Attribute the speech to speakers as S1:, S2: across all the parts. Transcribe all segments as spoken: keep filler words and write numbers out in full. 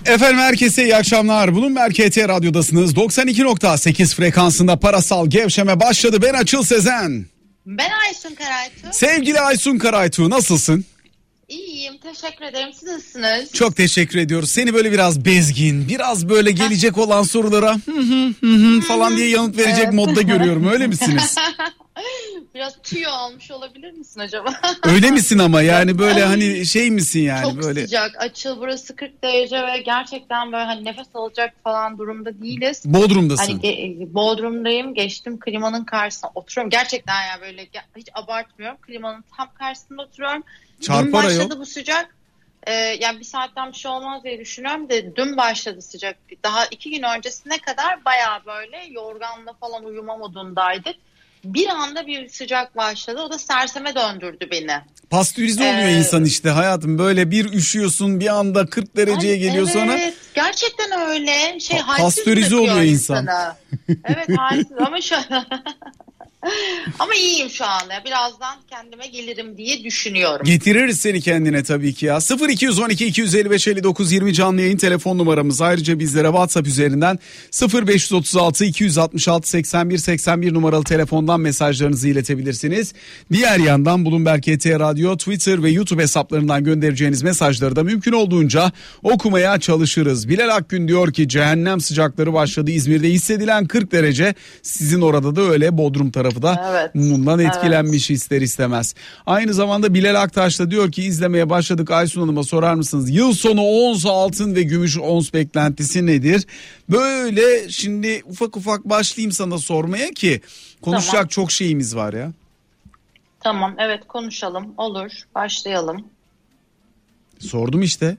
S1: Efendim herkese iyi akşamlar. Bloomberg K T Radyo'dasınız. doksan iki nokta sekiz frekansında parasal gevşeme başladı. Ben Açıl Sezen.
S2: Ben Aysun Karaytu.
S1: Sevgili Aysun Karaytu, nasılsın?
S2: İyiyim, teşekkür ederim. Siz nasılsınız?
S1: Çok teşekkür ediyoruz. Seni böyle biraz bezgin, biraz böyle gelecek olan sorulara hı hı hı hı falan diye yanıt verecek evet. modda görüyorum. Öyle misiniz?
S2: Biraz tüyo almış olabilir misin acaba?
S1: Öyle misin ama yani böyle hani şey misin yani?
S2: Çok
S1: böyle...
S2: sıcak. Açıl, burası kırk derece ve gerçekten böyle hani nefes alacak falan durumda değiliz.
S1: Bodrum'dasın.
S2: Hani ge- Bodrum'dayım. Geçtim klimanın karşısına oturuyorum. Gerçekten ya böyle hiç abartmıyorum. Klimanın tam karşısında oturuyorum. Dün başladı yok. Bu sıcak. Ee, yani bir saatten bir şey olmaz diye düşünüyorum de dün başladı sıcak. Daha iki gün öncesine kadar bayağı böyle yorganla falan uyuma modundaydık. Bir anda bir sıcak başladı. O da serseme döndürdü beni.
S1: Pastürize oluyor ee, insan işte hayatım. Böyle bir üşüyorsun bir anda kırk dereceye ay, geliyor
S2: evet,
S1: sonra.
S2: Evet gerçekten öyle. Şey,
S1: pa- pastürize oluyor insan.
S2: Evet halsiz ama şu ama iyiyim şu anda. Birazdan kendime gelirim diye düşünüyorum.
S1: Getiririz seni kendine tabii ki ya. sıfır iki on iki iki yüz elli beş elli dokuz yirmi canlı yayın telefon numaramız. Ayrıca bizlere WhatsApp üzerinden sıfır beş otuz altı iki yüz altmış altı seksen bir seksen bir numaralı telefondan mesajlarınızı iletebilirsiniz. Diğer yandan Bloomberg K T Radyo, Twitter ve YouTube hesaplarından göndereceğiniz mesajları da mümkün olduğunca okumaya çalışırız. Bilal Akgün diyor ki cehennem sıcakları başladı. İzmir'de hissedilen kırk derece. Sizin orada da öyle, Bodrum tarafı da evet, bundan etkilenmiş evet. ister istemez. Aynı zamanda Bilal Aktaş da diyor ki izlemeye başladık. Aysun Hanım'a sorar mısınız? Yıl sonu ons altın ve gümüş ons beklentisi nedir? Böyle şimdi ufak ufak başlayayım sana sormaya ki konuşacak tamam. çok şeyimiz var ya.
S2: Tamam evet konuşalım olur başlayalım.
S1: Sordum işte.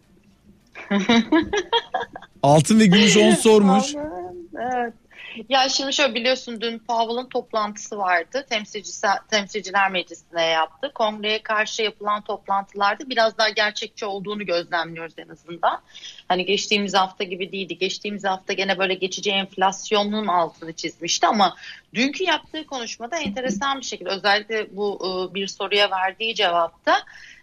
S1: Altın ve gümüş ons sormuş.
S2: Evet. Ya şimdi şöyle biliyorsun dün Powell'ın toplantısı vardı. Temsilcisi, Temsilciler Meclisi'ne yaptı. Kongreye karşı yapılan toplantılarda biraz daha gerçekçi olduğunu gözlemliyoruz en azından. Hani geçtiğimiz hafta gibi değildi. Geçtiğimiz hafta gene böyle geçici enflasyonun altını çizmişti ama dünkü yaptığı konuşmada enteresan bir şekilde özellikle bu bir soruya verdiği cevapta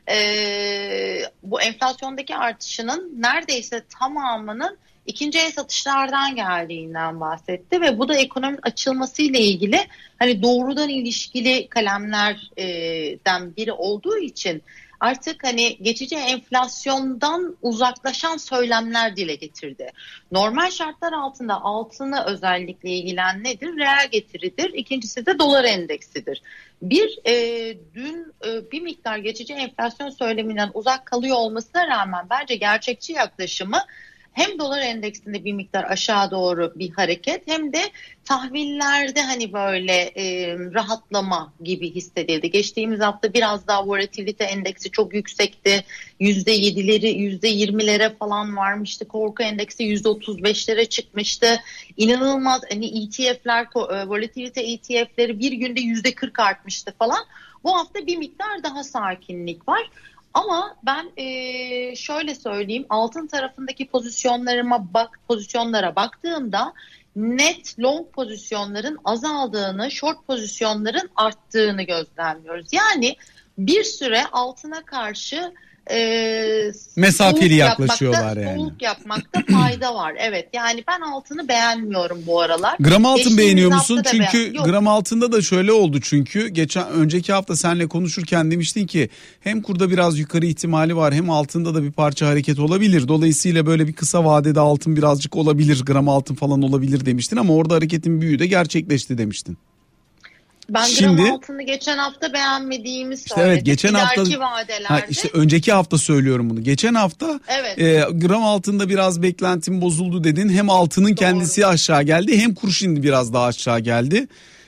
S2: Ee, bu enflasyondaki artışının neredeyse tamamının ikinci el satışlardan geldiğinden bahsetti ve bu da ekonominin açılmasıyla ilgili hani doğrudan ilişkili kalemlerden biri olduğu için artık hani geçici enflasyondan uzaklaşan söylemler dile getirdi. Normal şartlar altında altını özellikle ilgilen nedir? Reel getiridir. İkincisi de dolar endeksidir. Bir e, dün e, bir miktar geçici enflasyon söyleminden uzak kalıyor olmasına rağmen bence gerçekçi yaklaşımı hem dolar endeksinde bir miktar aşağı doğru bir hareket hem de tahvillerde hani böyle e, rahatlama gibi hissedildi. Geçtiğimiz hafta biraz daha volatilite endeksi çok yüksekti. yüzde yedileri yüzde yirmilere falan varmıştı. Korku endeksi yüzde otuz beşlere çıkmıştı. İnanılmaz hani E T F'ler, volatilite E T F'leri bir günde yüzde kırk artmıştı falan. Bu hafta bir miktar daha sakinlik var. Ama ben e, şöyle söyleyeyim, altın tarafındaki pozisyonlarıma bak pozisyonlara baktığımda net long pozisyonların azaldığını, short pozisyonların arttığını gözlemliyoruz. Yani bir süre altına karşı e,
S1: mesafeli yaklaşıyorlar yani.
S2: Soğuk yapmakta fayda var. Evet yani ben altını beğenmiyorum bu aralar.
S1: Gram altın Geçtiğimiz beğeniyor musun? Çünkü gram altında da şöyle oldu çünkü geçen önceki hafta seninle konuşurken demiştin ki hem kurda biraz yukarı ihtimali var hem altında da bir parça hareket olabilir. Dolayısıyla böyle bir kısa vadede altın birazcık olabilir, gram altın falan olabilir demiştin ama orada hareketin büyüğü de gerçekleşti demiştin.
S2: Ben
S1: Şimdi,
S2: gram altını geçen hafta beğenmediğimi söyledim.
S1: İşte evet geçen hafta
S2: vadelerde.
S1: Ha, işte önceki hafta söylüyorum bunu. Geçen hafta
S2: evet.
S1: e, gram altında biraz beklentim bozuldu dedin. Hem altının Doğru. kendisi aşağı geldi hem kur şimdi biraz daha aşağı geldi.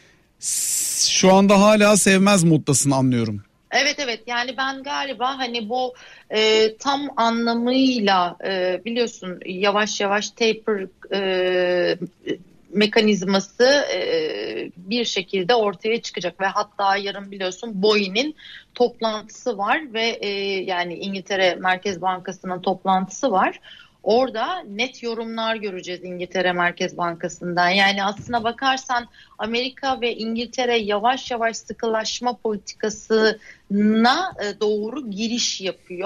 S1: Şu anda hala sevmez moddasın anlıyorum.
S2: Evet evet yani ben galiba hani bu e, tam anlamıyla e, biliyorsun yavaş yavaş taper e, mekanizması e, bir şekilde ortaya çıkacak ve hatta yarın biliyorsun B O E'nin toplantısı var ve e, yani İngiltere Merkez Bankası'nın toplantısı var. Orada net yorumlar göreceğiz İngiltere Merkez Bankası'ndan. Yani aslına bakarsan Amerika ve İngiltere yavaş yavaş sıkılaşma politikasına doğru giriş yapıyor.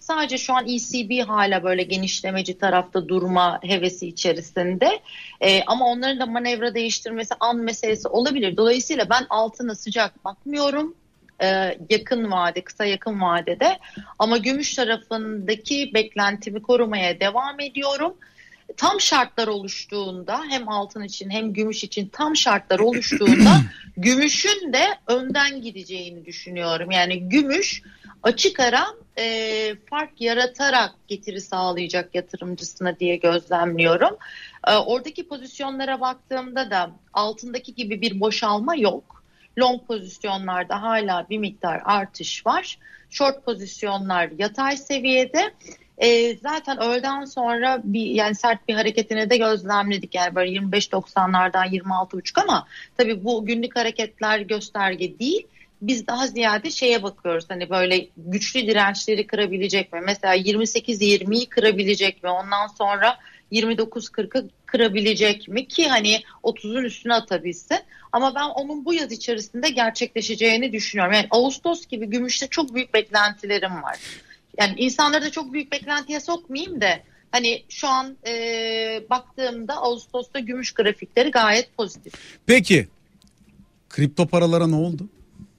S2: Sadece şu an E C B hala böyle genişlemeci tarafta durma hevesi içerisinde. E, ama onların da manevra değiştirmesi an meselesi olabilir. Dolayısıyla ben altına sıcak bakmıyorum. Ee, yakın vade, kısa yakın vadede, ama gümüş tarafındaki beklentimi korumaya devam ediyorum. Tam şartlar oluştuğunda, hem altın için hem gümüş için tam şartlar oluştuğunda gümüşün de önden gideceğini düşünüyorum. Yani gümüş açık ara e, fark yaratarak getiri sağlayacak yatırımcısına diye gözlemliyorum. E, oradaki pozisyonlara baktığımda da altındaki gibi bir boşalma yok. Long pozisyonlarda hala bir miktar artış var. Short pozisyonlar yatay seviyede. E, zaten öğleden sonra bir, yani sert bir hareketini de gözlemledik. Yani böyle yirmi beş doksanlardan yirmi altı buçuk, ama tabii bu günlük hareketler gösterge değil. Biz daha ziyade şeye bakıyoruz, hani böyle güçlü dirençleri kırabilecek mi? Mesela yirmi sekiz yirmiyi kırabilecek mi? Ondan sonra yirmi dokuz kırkı kırabilecek mi ki hani otuzun üstüne atabilsin. Ama ben onun bu yaz içerisinde gerçekleşeceğini düşünüyorum. Yani Ağustos gibi gümüşte çok büyük beklentilerim var. Yani insanları da çok büyük beklentiye sokmayayım da hani şu an e, baktığımda Ağustos'ta gümüş grafikleri gayet pozitif.
S1: Peki kripto paralara ne oldu?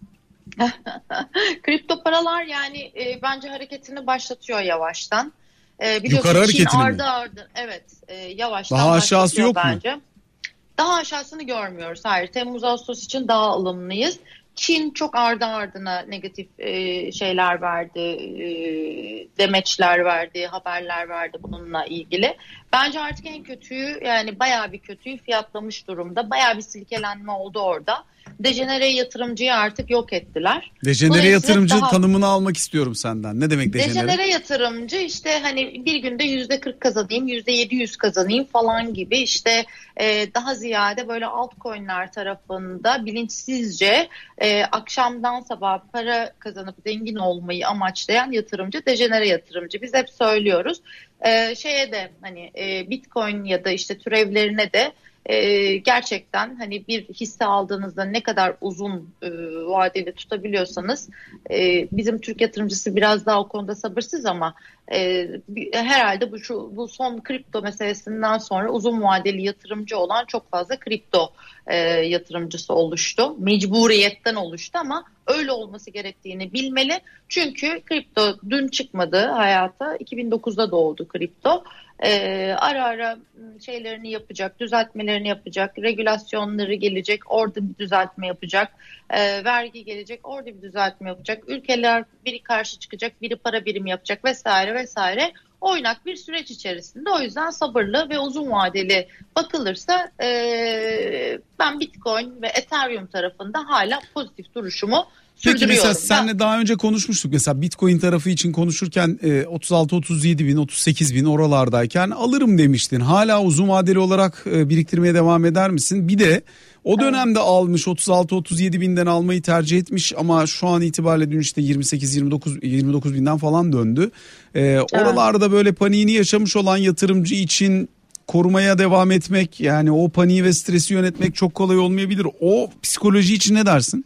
S2: Kripto paralar yani e, bence hareketini başlatıyor yavaştan. E,
S1: Yukarı hareketini
S2: ardı
S1: mi?
S2: ardı evet e, yavaştan
S1: daha aşağısı yok
S2: bence.
S1: mu?
S2: Daha aşağısını görmüyoruz. Hayır, Temmuz Ağustos için daha ılımlıyız. Çin çok ardı ardına negatif e, şeyler verdi, e, demeçler verdi, haberler verdi bununla ilgili. Bence artık en kötüyü, yani bayağı bir kötüyü fiyatlamış durumda. Bayağı bir silkelenme oldu orada. Dejenere yatırımcıyı artık yok ettiler.
S1: Dejenere yatırımcı daha... tanımını almak istiyorum senden. Ne demek dejenere?
S2: Dejenere yatırımcı işte hani bir günde yüzde kırk kazanayım, yüzde yedi yüz kazanayım falan gibi, işte e, daha ziyade böyle altcoin'ler tarafında bilinçsizce e, akşamdan sabah para kazanıp zengin olmayı amaçlayan yatırımcı dejenere yatırımcı. Biz hep söylüyoruz. E, şeye de hani e, Bitcoin ya da işte türevlerine de Ee, gerçekten hani bir hisse aldığınızda ne kadar uzun e, vadeli tutabiliyorsanız, e, bizim Türk yatırımcısı biraz daha o konuda sabırsız, ama e, herhalde bu şu bu son kripto meselesinden sonra uzun vadeli yatırımcı olan çok fazla kripto e, yatırımcısı oluştu. Mecburiyetten oluştu, ama öyle olması gerektiğini bilmeli. Çünkü kripto dün çıkmadı hayata. iki bin dokuzda doğdu kripto. Ee, ara ara şeylerini yapacak, düzeltmelerini yapacak, regülasyonları gelecek, orada bir düzeltme yapacak, ee, vergi gelecek, orada bir düzeltme yapacak, ülkeler biri karşı çıkacak, biri para birimi yapacak vesaire vesaire. Oynak bir süreç içerisinde, o yüzden sabırlı ve uzun vadeli bakılırsa ee, ben Bitcoin ve Ethereum tarafında hala pozitif duruşumu
S1: Peki mesela seninle daha önce konuşmuştuk, mesela Bitcoin tarafı için konuşurken e, otuz altı otuz yedi bin otuz sekiz bin oralardayken alırım demiştin. Hala uzun vadeli olarak e, biriktirmeye devam eder misin? Bir de o dönemde evet. almış otuz altı otuz yedi binden almayı tercih etmiş, ama şu an itibariyle dün işte yirmi sekiz yirmi dokuz yirmi dokuz binden falan döndü. E, evet. Oralarda böyle paniğini yaşamış olan yatırımcı için korumaya devam etmek, yani o paniği ve stresi yönetmek çok kolay olmayabilir. O psikoloji için ne dersin?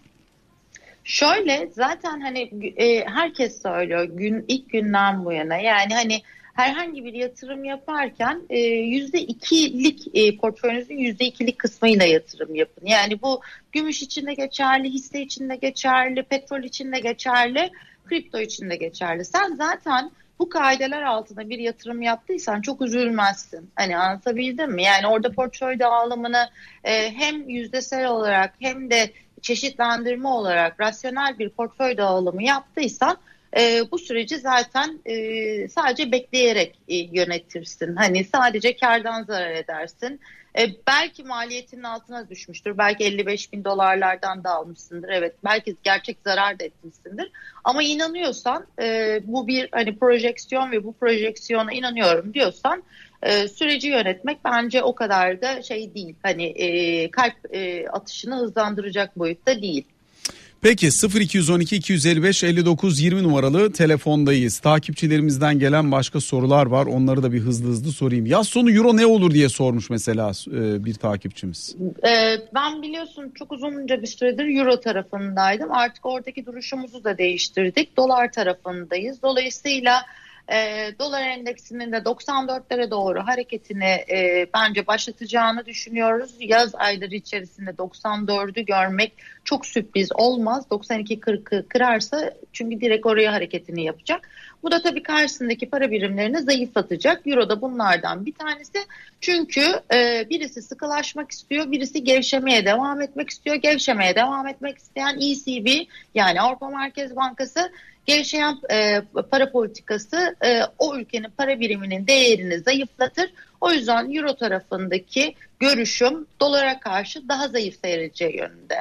S2: Şöyle, zaten hani e, herkes söylüyor gün ilk günden bu yana, yani hani herhangi bir yatırım yaparken e, yüzde ikilik e, portföyünüzün yüzde ikilik kısmıyla yatırım yapın. Yani bu gümüş için de geçerli, hisse için de geçerli, petrol için de geçerli, kripto için de geçerli. Sen zaten bu kaideler altında bir yatırım yaptıysan çok üzülmezsin. Hani anlatabildim mi? Yani orada portföy dağılımını e, hem yüzdesel olarak hem de çeşitlendirme olarak rasyonel bir portföy dağılımı yaptıysan e, bu süreci zaten e, sadece bekleyerek e, yönetirsin. Hani sadece kardan zarar edersin. E, belki maliyetinin altına düşmüştür. Belki elli beş bin dolarlardan da almışsındır. Evet, belki gerçek zarar da etmişsindir. Ama inanıyorsan e, bu bir hani projeksiyon ve bu projeksiyona inanıyorum diyorsan e, süreci yönetmek bence o kadar da şey değil. Hani e, kalp e, atışını hızlandıracak boyutta değil.
S1: Peki sıfır iki on iki iki yüz elli beş elli dokuz yirmi numaralı telefondayız. Takipçilerimizden gelen başka sorular var. Onları da bir hızlı hızlı sorayım. Yaz sonu euro ne olur diye sormuş mesela bir takipçimiz.
S2: Ee, ben biliyorsun çok uzunca bir süredir euro tarafındaydım. Artık oradaki duruşumuzu da değiştirdik. Dolar tarafındayız. Dolayısıyla E, dolar endeksinin de doksan dörtlere doğru hareketini e, bence başlatacağını düşünüyoruz. Yaz ayları içerisinde doksan dördü görmek çok sürpriz olmaz. doksan iki kırkı kırarsa çünkü direkt oraya hareketini yapacak. Bu da tabii karşısındaki para birimlerini zayıflatacak. Euro da bunlardan bir tanesi. Çünkü e, birisi sıkılaşmak istiyor, birisi gevşemeye devam etmek istiyor. Gevşemeye devam etmek isteyen E C B, yani Avrupa Merkez Bankası, gevşeyen e, para politikası e, o ülkenin para biriminin değerini zayıflatır. O yüzden Euro tarafındaki görüşüm dolara karşı daha zayıf seyredeceği yönünde.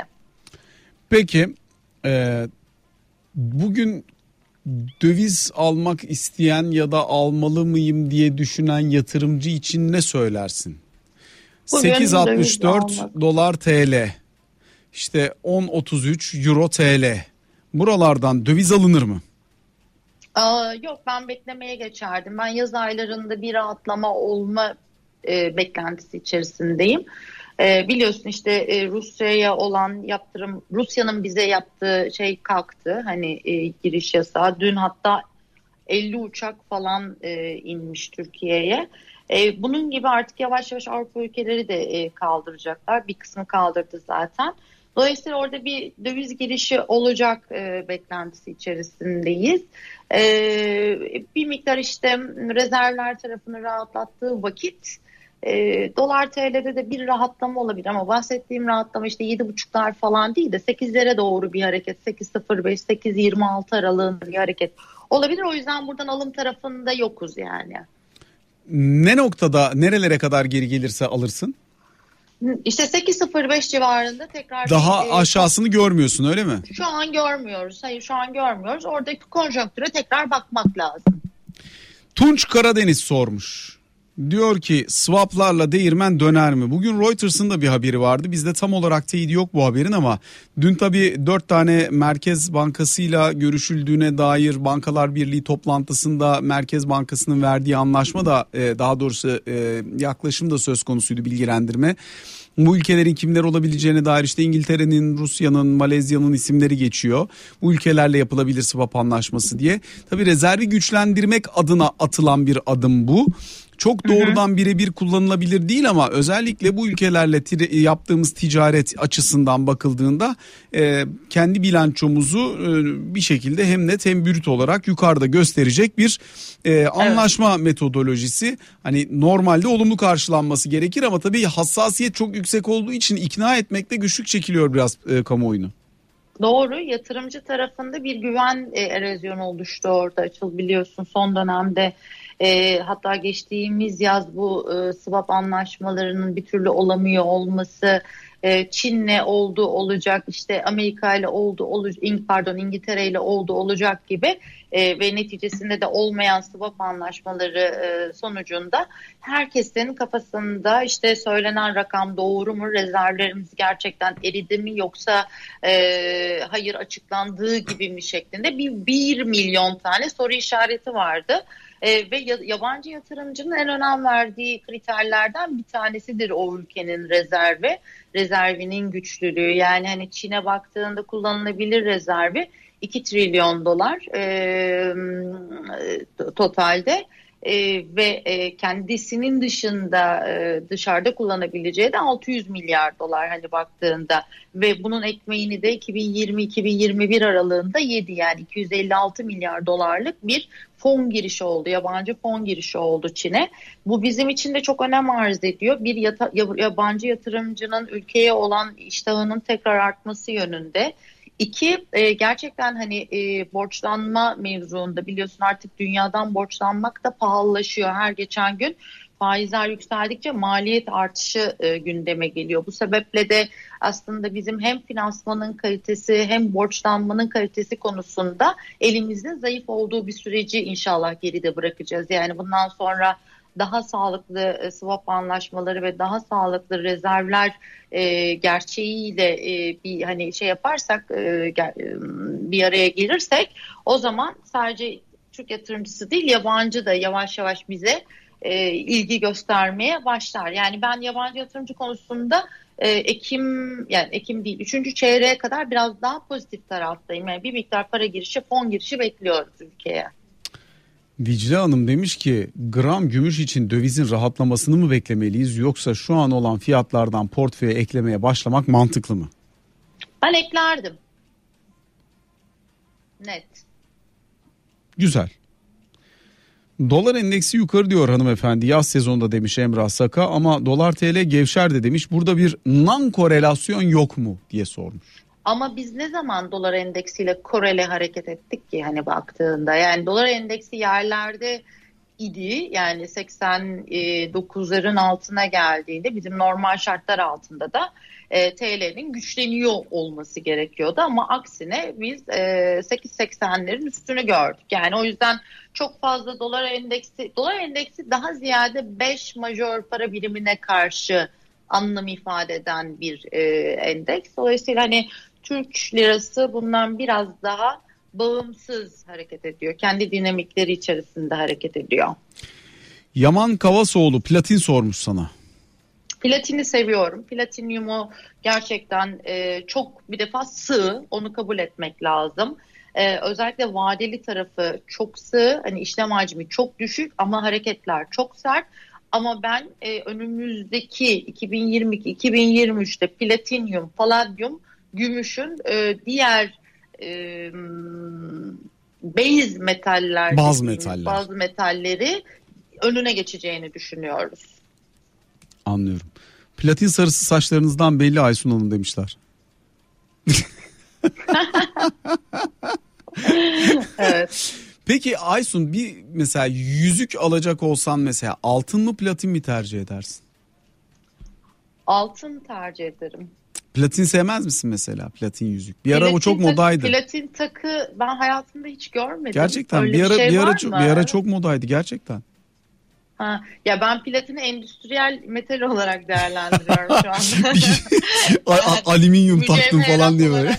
S1: Peki e, bugün döviz almak isteyen ya da almalı mıyım diye düşünen yatırımcı için ne söylersin?
S2: Bugün
S1: sekiz altmış dört
S2: almak.
S1: dolar T L, işte on otuz üç euro T L, buralardan döviz alınır mı?
S2: Aa, yok, ben beklemeye geçerdim. Ben yaz aylarında bir rahatlama olma e, beklentisi içerisindeyim. E, biliyorsun işte e, Rusya'ya olan yaptırım, Rusya'nın bize yaptığı şey kalktı. Hani e, giriş yasağı. Dün hatta elli uçak falan e, inmiş Türkiye'ye. E, bunun gibi artık yavaş yavaş Avrupa ülkeleri de e, kaldıracaklar. Bir kısmı kaldırdı zaten. Dolayısıyla orada bir döviz girişi olacak e, beklentisi içerisindeyiz. E, bir miktar işte rezervler tarafını rahatlattığı vakit e, dolar T L'de de bir rahatlama olabilir ama bahsettiğim rahatlama işte yedi buçuklar falan değil de sekizlere doğru bir hareket, sekiz sıfır beş sekiz yirmi altı aralığında bir hareket olabilir. O yüzden buradan alım tarafında yokuz yani.
S1: Ne noktada, nerelere kadar geri gelirse alırsın?
S2: İşte sekiz sıfır beş civarında tekrar
S1: Daha
S2: bir,
S1: aşağısını e, görmüyorsun, öyle mi?
S2: Şu an görmüyoruz. Hayır, şu an görmüyoruz. Oradaki konjonktüre tekrar bakmak lazım.
S1: Tunç Karadeniz sormuş. Diyor ki swaplarla değirmen döner mi? Bugün Reuters'ın da bir haberi vardı. Bizde tam olarak teyidi yok bu haberin ama dün tabii dört tane Merkez Bankası'yla görüşüldüğüne dair Bankalar Birliği toplantısında Merkez Bankası'nın verdiği anlaşma da daha doğrusu yaklaşım da söz konusuydu, bilgilendirme. Bu ülkelerin kimler olabileceğine dair işte İngiltere'nin, Rusya'nın, Malezya'nın isimleri geçiyor. Bu ülkelerle yapılabilir swap anlaşması diye. Tabii rezervi güçlendirmek adına atılan bir adım bu. Çok doğrudan birebir kullanılabilir değil ama özellikle bu ülkelerle tire, yaptığımız ticaret açısından bakıldığında e, kendi bilançomuzu e, bir şekilde hem net hem brüt olarak yukarıda gösterecek bir e, anlaşma evet. metodolojisi. Hani normalde olumlu karşılanması gerekir ama tabii hassasiyet çok yüksek olduğu için ikna etmekte güçlük çekiliyor biraz e, kamuoyunu.
S2: Doğru, yatırımcı tarafında bir güven e, erozyonu oluştu orada, Açıl, biliyorsun son dönemde. E, hatta geçtiğimiz yaz bu e, swap anlaşmalarının bir türlü olamıyor olması, e, Çin'le oldu olacak, işte Amerika ile oldu olacak, pardon İngiltere ile oldu olacak gibi e, ve neticesinde de olmayan swap anlaşmaları e, sonucunda herkesin kafasında işte söylenen rakam doğru mu, rezervlerimiz gerçekten eridi mi yoksa e, hayır açıklandığı gibi mi şeklinde bir, bir milyon tane soru işareti vardı. Ee, ve yabancı yatırımcının en önem verdiği kriterlerden bir tanesidir o ülkenin rezervi, rezervinin güçlülüğü. Yani hani Çin'e baktığında kullanılabilir rezervi iki trilyon dolar e, totalde. Ee, ve e, kendisinin dışında e, dışarıda kullanabileceği de altı yüz milyar dolar hani baktığında ve bunun ekmeğini de iki bin yirmi iki bin yirmi bir aralığında yedi, yani iki yüz elli altı milyar dolarlık bir fon girişi oldu, yabancı fon girişi oldu Çin'e. Bu bizim için de çok önem arz ediyor. Bir yata, yabancı yatırımcının ülkeye olan iştahının tekrar artması yönünde. İki, e, gerçekten hani e, borçlanma mevzuunda biliyorsun artık dünyadan borçlanmak da pahalılaşıyor her geçen gün. Faizler yükseldikçe maliyet artışı e, gündeme geliyor. Bu sebeple de aslında bizim hem finansmanın kalitesi hem borçlanmanın kalitesi konusunda elimizde zayıf olduğu bir süreci inşallah geride bırakacağız. Yani bundan sonra daha sağlıklı swap anlaşmaları ve daha sağlıklı rezervler e, gerçeğiyle e, bir hani şey yaparsak e, bir araya gelirsek o zaman sadece Türk yatırımcısı değil yabancı da yavaş yavaş bize e, ilgi göstermeye başlar. Yani ben yabancı yatırımcı konusunda e, Ekim yani Ekim değil üçüncü çeyreğe kadar biraz daha pozitif taraftayım. Yani bir miktar para girişi, fon girişi bekliyoruz ülkeye.
S1: Dicle Hanım demiş ki gram gümüş için dövizin rahatlamasını mı beklemeliyiz yoksa şu an olan fiyatlardan portföye eklemeye başlamak mantıklı mı?
S2: Ben eklerdim. Net.
S1: Güzel. Dolar endeksi yukarı diyor hanımefendi yaz sezonunda demiş Emrah Saka ama dolar T L gevşer de demiş. Burada bir non korelasyon yok mu diye sormuş.
S2: Ama biz ne zaman dolar endeksiyle korele hareket ettik ki hani baktığında, yani dolar endeksi yerlerde idi, yani seksen dokuzların altına geldiğinde bizim normal şartlar altında da e, T L'nin güçleniyor olması gerekiyordu ama aksine biz e, sekiz seksenlerin üstünü gördük. Yani o yüzden çok fazla dolar endeksi dolar endeksi daha ziyade beş majör para birimine karşı anlam ifade eden bir e, endeks. Dolayısıyla hani Türk lirası bundan biraz daha bağımsız hareket ediyor. Kendi dinamikleri içerisinde hareket ediyor.
S1: Yaman Kavasoğlu platin sormuş sana.
S2: Platini seviyorum. Platinyumu gerçekten e, çok bir defa sığ. Onu kabul etmek lazım. E, özellikle vadeli tarafı çok sığ. Hani işlem hacmi çok düşük ama hareketler çok sert. Ama ben e, önümüzdeki iki bin yirmi iki iki bin yirmi üçte platinyum, paladyum, gümüşün e, diğer e, base metaller,
S1: baz metaller,
S2: baz metalleri önüne geçeceğini düşünüyoruz.
S1: Anlıyorum. Platin sarısı saçlarınızdan belli Aysun Hanım demişler.
S2: Evet.
S1: Peki Aysun, bir mesela yüzük alacak olsan mesela altın mı platin mi tercih edersin?
S2: Altın tercih ederim.
S1: Platin sevmez misin mesela, platin yüzük? Bir
S2: platin
S1: ara o çok
S2: takı,
S1: modaydı.
S2: Platin takı ben hayatımda hiç görmedim.
S1: Gerçekten
S2: Öyle
S1: bir ara
S2: bir, şey
S1: bir ara
S2: var
S1: çok
S2: mı?
S1: bir ara çok modaydı gerçekten.
S2: Ha, ya ben platini endüstriyel metal olarak değerlendiriyorum şu anda.
S1: A- alüminyum taktım falan diye böyle.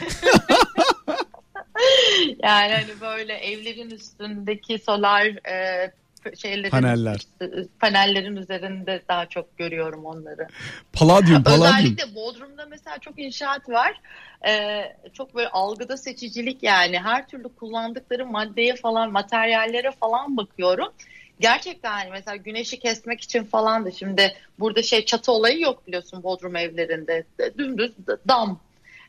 S2: Yani hani böyle evlerin üstündeki solar e, şeylerin,
S1: paneller.
S2: panellerin üzerinde daha çok görüyorum onları.
S1: Paladyum, paladyum.
S2: Özellikle Bodrum'da mesela çok inşaat var. Ee, çok böyle algıda seçicilik, yani her türlü kullandıkları maddeye falan, materyallere falan bakıyorum. Gerçekten hani mesela güneşi kesmek için falan da şimdi burada şey çatı olayı yok biliyorsun Bodrum evlerinde. Dümdüz dam.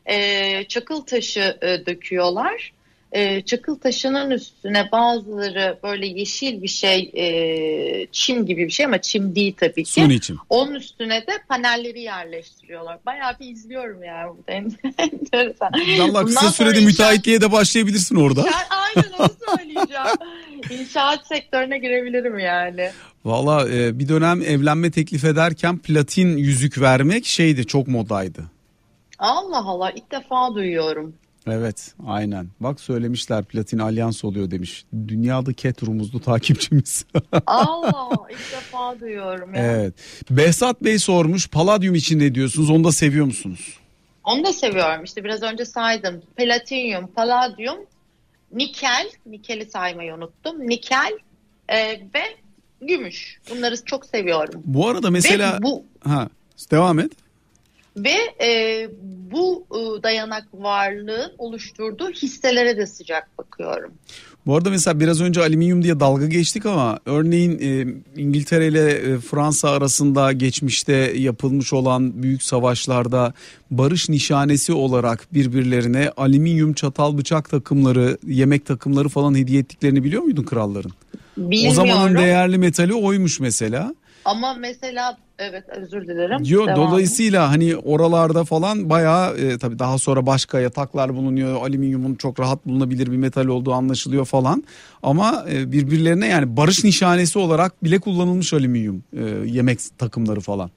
S2: Ee, çakıl taşı e, döküyorlar. E, çakıl taşının üstüne bazıları böyle yeşil bir şey, e, çim gibi bir şey ama çim değil tabii ki.
S1: Suni çim.
S2: Onun üstüne de panelleri yerleştiriyorlar. Bayağı bir izliyorum yani. Enteresan.
S1: Vallahi kısa sürede müteahhitliğe de başlayabilirsin orada.
S2: İnşaat, aynen onu söyleyeceğim. İnşaat sektörüne girebilirim yani.
S1: Vallahi e, bir dönem evlenme teklif ederken platin yüzük vermek şeydi, çok modaydı.
S2: Allah Allah, ilk defa duyuyorum.
S1: Evet, aynen. Bak söylemişler, platin alyans oluyor demiş. Dünyada ket rumuzlu takipçimiz.
S2: Allah, ilk defa duyuyorum ya.
S1: Evet. Behzat Bey sormuş, paladyum için ne diyorsunuz? Onu da seviyor musunuz?
S2: Onu da seviyorum. İşte biraz önce saydım. Platinyum, paladyum, nikel, nikeli saymayı unuttum. Nikel e, ve gümüş. Bunları çok seviyorum.
S1: Bu arada mesela
S2: ve bu
S1: ha devam et.
S2: Ve e, bu e, dayanak varlığın oluşturduğu hisselere de sıcak bakıyorum.
S1: Bu arada mesela biraz önce alüminyum diye dalga geçtik ama örneğin e, İngiltere ile e, Fransa arasında geçmişte yapılmış olan büyük savaşlarda barış nişanesi olarak birbirlerine alüminyum çatal bıçak takımları, yemek takımları falan hediye ettiklerini biliyor muydun kralların?
S2: Bilmiyorum.
S1: O zamanın değerli metali oymuş mesela.
S2: Ama mesela evet, özür dilerim.
S1: Diyor,
S2: Devam.
S1: dolayısıyla hani oralarda falan bayağı e, tabii daha sonra başka yataklar bulunuyor. Alüminyumun çok rahat bulunabilir bir metal olduğu anlaşılıyor falan. Ama e, birbirlerine yani barış nişanesi olarak bile kullanılmış alüminyum e, yemek takımları falan.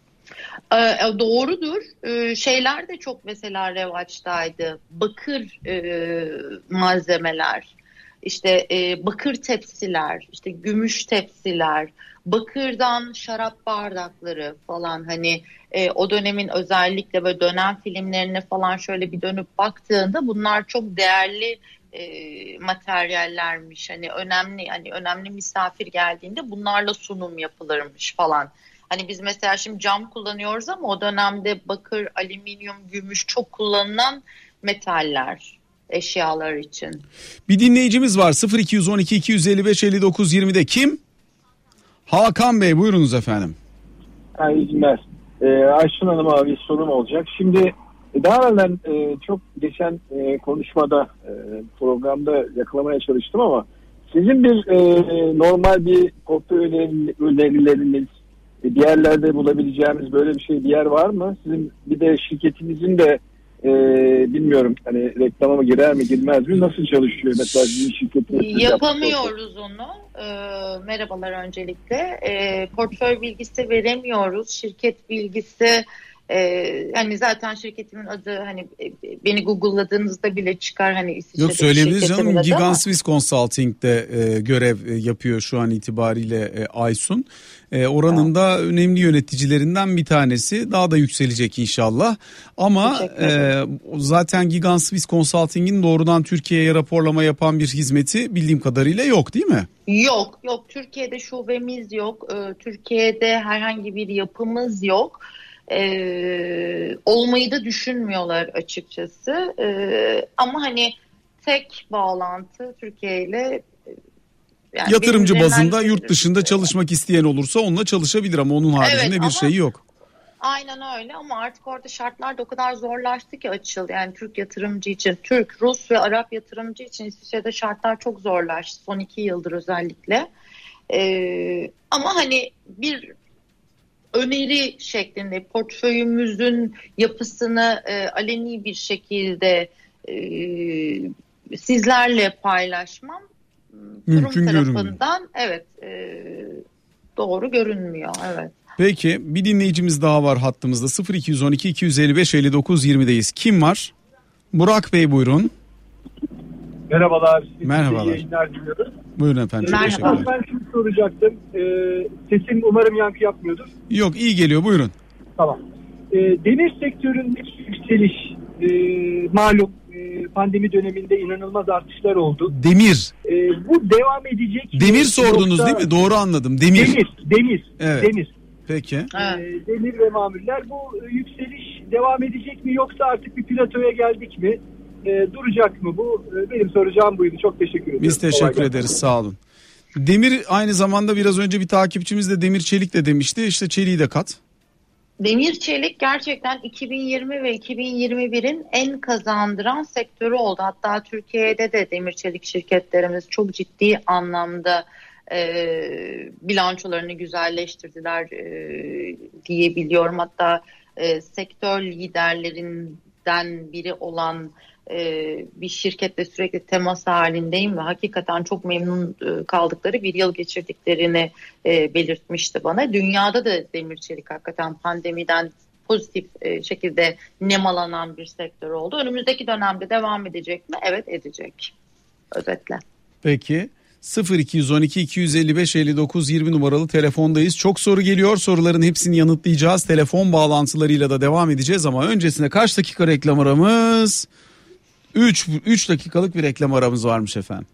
S2: Ee, doğrudur. Ee, şeyler de çok mesela revaçtaydı. Bakır e, malzemeler, işte e, bakır tepsiler, işte gümüş tepsiler, bakırdan şarap bardakları falan, hani e, o dönemin özellikle böyle dönem filmlerine falan şöyle bir dönüp baktığında bunlar çok değerli e, materyallermiş. Hani önemli, hani önemli misafir geldiğinde bunlarla sunum yapılırmış falan. Hani biz mesela şimdi cam kullanıyoruz ama o dönemde bakır, alüminyum, gümüş çok kullanılan metaller. eşyalar için.
S1: Bir dinleyicimiz var sıfır iki on iki iki yüz elli beş elli dokuz yirmide. Kim? Hakan Bey, buyurunuz efendim.
S3: İyi günler. Ee, Aysun Hanım'a bir sorum olacak. Şimdi daha evvel e, çok geçen e, konuşmada e, programda yakalamaya çalıştım ama sizin bir e, normal bir portföy önerileriniz, e, bir yerlerde bulabileceğimiz böyle bir şey bir yer var mı? Sizin bir de şirketinizin de e, bilmiyorum hani reklama mı girer mi girmez mi, nasıl çalışıyor mesela sizin şirketiniz?
S2: Yapamıyoruz onu. E, merhabalar öncelikle. E, portföy bilgisi veremiyoruz. Şirket bilgisi. Ee, hani zaten şirketimin adı hani beni Google'ladığınızda bile çıkar hani İsviçre'deki.
S1: Yok, söyleyebiliriz canım. Gigant
S2: ama.
S1: Swiss Consulting'de e, görev e, yapıyor şu an itibariyle e, Aysun. E, oranın evet. da önemli yöneticilerinden bir tanesi. Daha da yükselecek inşallah. Ama e, zaten Gigant Swiss Consulting'in doğrudan Türkiye'ye raporlama yapan bir hizmeti bildiğim kadarıyla yok, değil mi?
S2: Yok yok, Türkiye'de şubemiz yok. Ee, Türkiye'de herhangi bir yapımız yok. Ee, olmayı da düşünmüyorlar açıkçası. Ee, ama hani tek bağlantı Türkiye ile
S1: yani yatırımcı bazında yurt dışında çalışmak isteyen olursa onunla çalışabilir ama onun haricinde evet, bir şey yok.
S2: Aynen öyle ama artık orada şartlar da o kadar zorlaştı ki Açıl, yani Türk yatırımcı için, Türk, Rus ve Arap yatırımcı için İsviçre'de şartlar çok zorlaştı son iki yıldır özellikle. Ee, ama hani bir öneri şeklinde portföyümüzün yapısını e, aleni bir şekilde e, sizlerle paylaşmam
S1: mümkün
S2: kurum tarafından evet e, doğru görünmüyor. Evet.
S1: Peki bir dinleyicimiz daha var hattımızda. sıfır iki on iki iki yüz elli beş elli dokuz yirmideyiz. Kim var? Burak Bey, buyurun.
S3: Merhabalar.
S1: Merhabalar.
S3: Yayınlar diliyoruz.
S1: Buyurun efendim.
S2: Merhaba.
S3: Ben şimdi soracaktım. Ee, sesim umarım yankı yapmıyordur.
S1: Yok, iyi geliyor, buyurun.
S3: Tamam. Ee, demir sektöründeki yükseliş e, malum e, pandemi döneminde inanılmaz artışlar oldu.
S1: Demir.
S3: E, bu devam edecek.
S1: Demir sordunuz
S3: yoksa...
S1: değil mi? Doğru anladım. Demir.
S3: Demir. Demir.
S1: Evet.
S3: Demir.
S1: Peki.
S3: E, demir ve mamuller, bu yükseliş devam edecek mi yoksa artık bir platoya geldik mi? E, duracak mı bu? E, benim soracağım buydu. Çok teşekkür ederim.
S1: Biz teşekkür ederiz. Sağ olun. Demir aynı zamanda biraz önce bir takipçimiz de demir çelik de demişti. İşte çeliği de kat.
S2: Demir çelik gerçekten iki bin yirmi ve iki bin yirmi birin en kazandıran sektörü oldu. Hatta Türkiye'de de demir çelik şirketlerimiz çok ciddi anlamda e, bilançolarını güzelleştirdiler e, diyebiliyorum. Hatta e, sektör liderlerinden biri olan Ee, bir şirketle sürekli temas halindeyim ve hakikaten çok memnun kaldıkları bir yıl geçirdiklerini e, belirtmişti bana. Dünyada da demir çelik hakikaten pandemiden pozitif e, şekilde nemalanan bir sektör oldu. Önümüzdeki dönemde devam edecek mi? Evet, edecek. Özetle.
S1: Peki. sıfır iki on iki iki yüz elli beş elli dokuz yirmi numaralı telefondayız. Çok soru geliyor. Soruların hepsini yanıtlayacağız. Telefon bağlantılarıyla da devam edeceğiz ama öncesinde kaç dakika reklam aramız? üç dakikalık bir reklam aramız varmış efendim.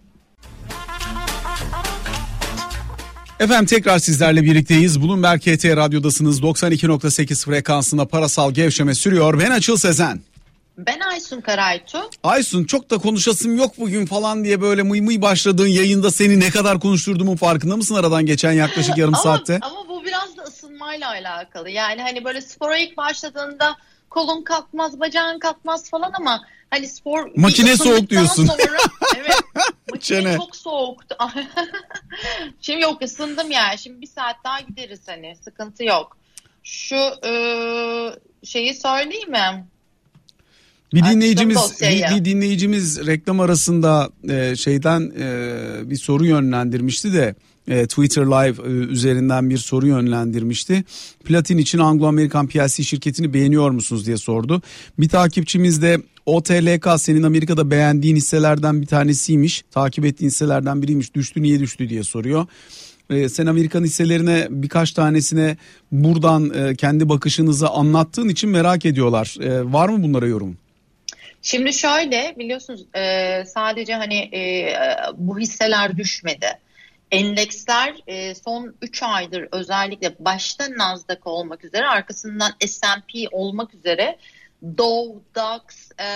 S1: Efendim tekrar sizlerle birlikteyiz. Bloomberg K T Radyo'dasınız. doksan iki nokta sekiz frekansında parasal gevşeme sürüyor. Ben Açıl Sezen.
S2: Ben Aysun Karaytu.
S1: Aysun, çok da konuşasım yok bugün falan diye böyle mıy mıy başladığın yayında seni ne kadar konuşturduğumun farkında mısın aradan geçen yaklaşık yarım
S2: ama,
S1: saatte?
S2: Ama bu biraz da ısınmayla alakalı. Yani hani böyle spora ilk başladığında kolun kalkmaz, bacağın kalkmaz falan ama hani spor...
S1: Makine soğuk diyorsun.
S2: Sonra, evet, makine çok soğuktu. Şimdi yok, ısındım yani. Şimdi bir saat daha gideriz hani, sıkıntı yok. Şu e, şeyi söyleyeyim mi?
S1: Bir dinleyicimiz bir, bir dinleyicimiz reklam arasında e, şeyden e, bir soru yönlendirmişti de e, Twitter Live e, üzerinden bir soru yönlendirmişti. Platin için Anglo-American P L C şirketini beğeniyor musunuz diye sordu. Bir takipçimiz de O T L K senin Amerika'da beğendiğin hisselerden bir tanesiymiş. Takip ettiğin hisselerden biriymiş. Düştü, niye düştü diye soruyor. Ee, sen Amerikan hisselerine birkaç tanesine buradan e, kendi bakışınızı anlattığın için merak ediyorlar. E, var mı bunlara yorum?
S2: Şimdi şöyle, biliyorsunuz e, sadece hani e, bu hisseler düşmedi. Endeksler e, son üç aydır özellikle başta Nasdaq olmak üzere, arkasından S and P olmak üzere Dow, Dax, e,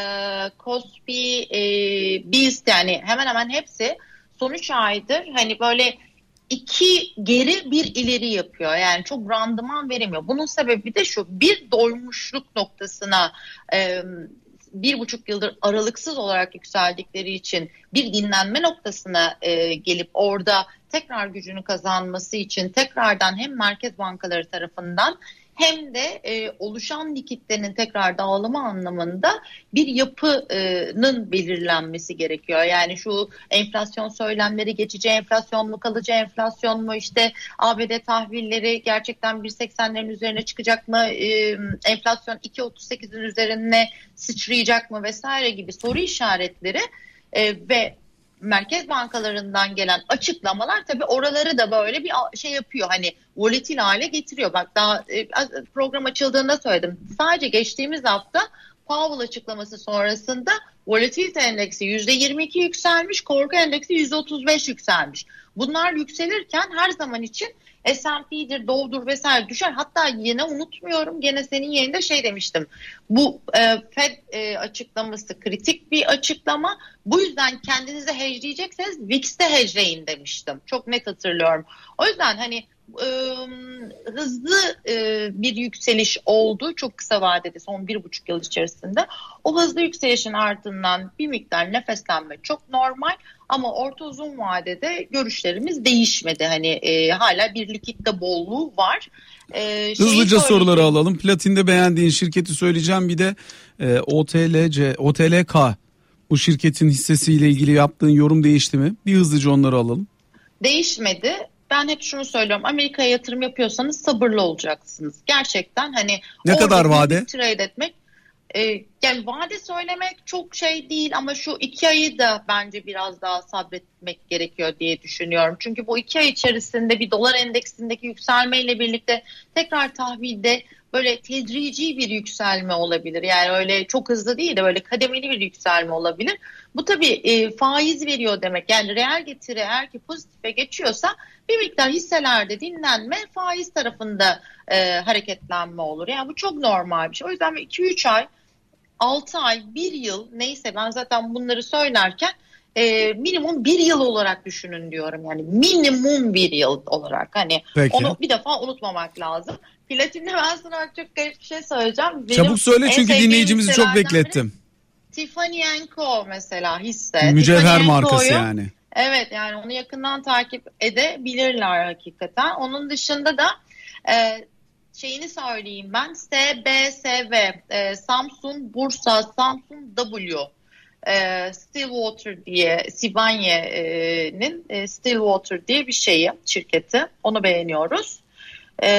S2: Kospi, e, Beast, yani hemen hemen hepsi son üç aydır hani böyle iki geri bir ileri yapıyor. Yani çok randıman veremiyor. Bunun sebebi de şu: bir doymuşluk noktasına e, bir buçuk yıldır aralıksız olarak yükseldikleri için bir dinlenme noktasına e, gelip orada tekrar gücünü kazanması için tekrardan hem merkez bankaları tarafından hem de e, oluşan likiditenin tekrar dağılımı anlamında bir yapının belirlenmesi gerekiyor. Yani şu enflasyon söylemleri geçici enflasyon mu, kalıcı enflasyon mu, işte A B D tahvilleri gerçekten bir seksenlerin üzerine çıkacak mı, e, enflasyon iki otuz sekizin üzerine sıçrayacak mı vesaire gibi soru işaretleri e, ve merkez bankalarından gelen açıklamalar tabii oraları da böyle bir şey yapıyor, hani volatil hale getiriyor. Bak daha program açıldığında söyledim. Sadece geçtiğimiz hafta Powell açıklaması sonrasında volatilite endeksi yüzde yirmi iki yükselmiş, korku endeksi yüzde otuz beş yükselmiş. Bunlar yükselirken her zaman için S and P'dir, Dow'dur vesaire düşer. Hatta yine unutmuyorum, gene senin yerinde şey demiştim. Bu e, Fed e, açıklaması kritik bir açıklama. Bu yüzden kendinizi hedgeleyecekseniz V I X'te hedgeleyin demiştim. Çok net hatırlıyorum. O yüzden hani e, hızlı e, bir yükseliş oldu çok kısa vadede son bir buçuk yıl içerisinde. O hızlı yükselişin ardından bir miktar nefeslenme çok normal. Ama orta uzun vadede görüşlerimiz değişmedi. Hani e, hala bir likitte bolluğu var. E,
S1: Hızlıca soruları alalım. Platinde beğendiğin şirketi söyleyeceğim. Bir de e, O T L C, O T L K bu şirketin hissesiyle ilgili yaptığın yorum değişti mi? Bir hızlıca onları alalım.
S2: Değişmedi. Ben hep şunu söylüyorum. Amerika'ya yatırım yapıyorsanız sabırlı olacaksınız. Gerçekten hani
S1: ne kadar vade?
S2: Trade etmek. Ee, yani vade söylemek çok şey değil ama şu iki ayı da bence biraz daha sabretmek gerekiyor diye düşünüyorum. Çünkü bu iki ay içerisinde bir dolar endeksindeki yükselmeyle birlikte tekrar tahvilde böyle tedrici bir yükselme olabilir. Yani öyle çok hızlı değil de böyle kademeli bir yükselme olabilir. Bu tabii e, faiz veriyor demek. Yani reel getiri eğer ki pozitife geçiyorsa bir miktar hisselerde dinlenme, faiz tarafında e, hareketlenme olur. Yani bu çok normal bir şey. O yüzden iki üç ay, altı ay, bir yıl neyse, ben zaten bunları söylerken e, minimum bir yıl olarak düşünün diyorum. Yani minimum bir yıl olarak. Hani
S1: peki,
S2: onu bir defa unutmamak lazım. Platinde ben sana çok garip bir şey söyleyeceğim. Benim
S1: çabuk söyle çünkü dinleyicimizi çok beklettim.
S2: Tiffany and Co mesela hisse.
S1: Mücevher markası yani.
S2: Evet, yani onu yakından takip edebilirler hakikaten. Onun dışında da e, şeyini söyleyeyim ben. S B S V, e, Samsung Bursa, Samsung W, e, Stillwater diye, Sibanye-'nin e, Stillwater diye bir şeyi, şirketi. Onu beğeniyoruz. Ee,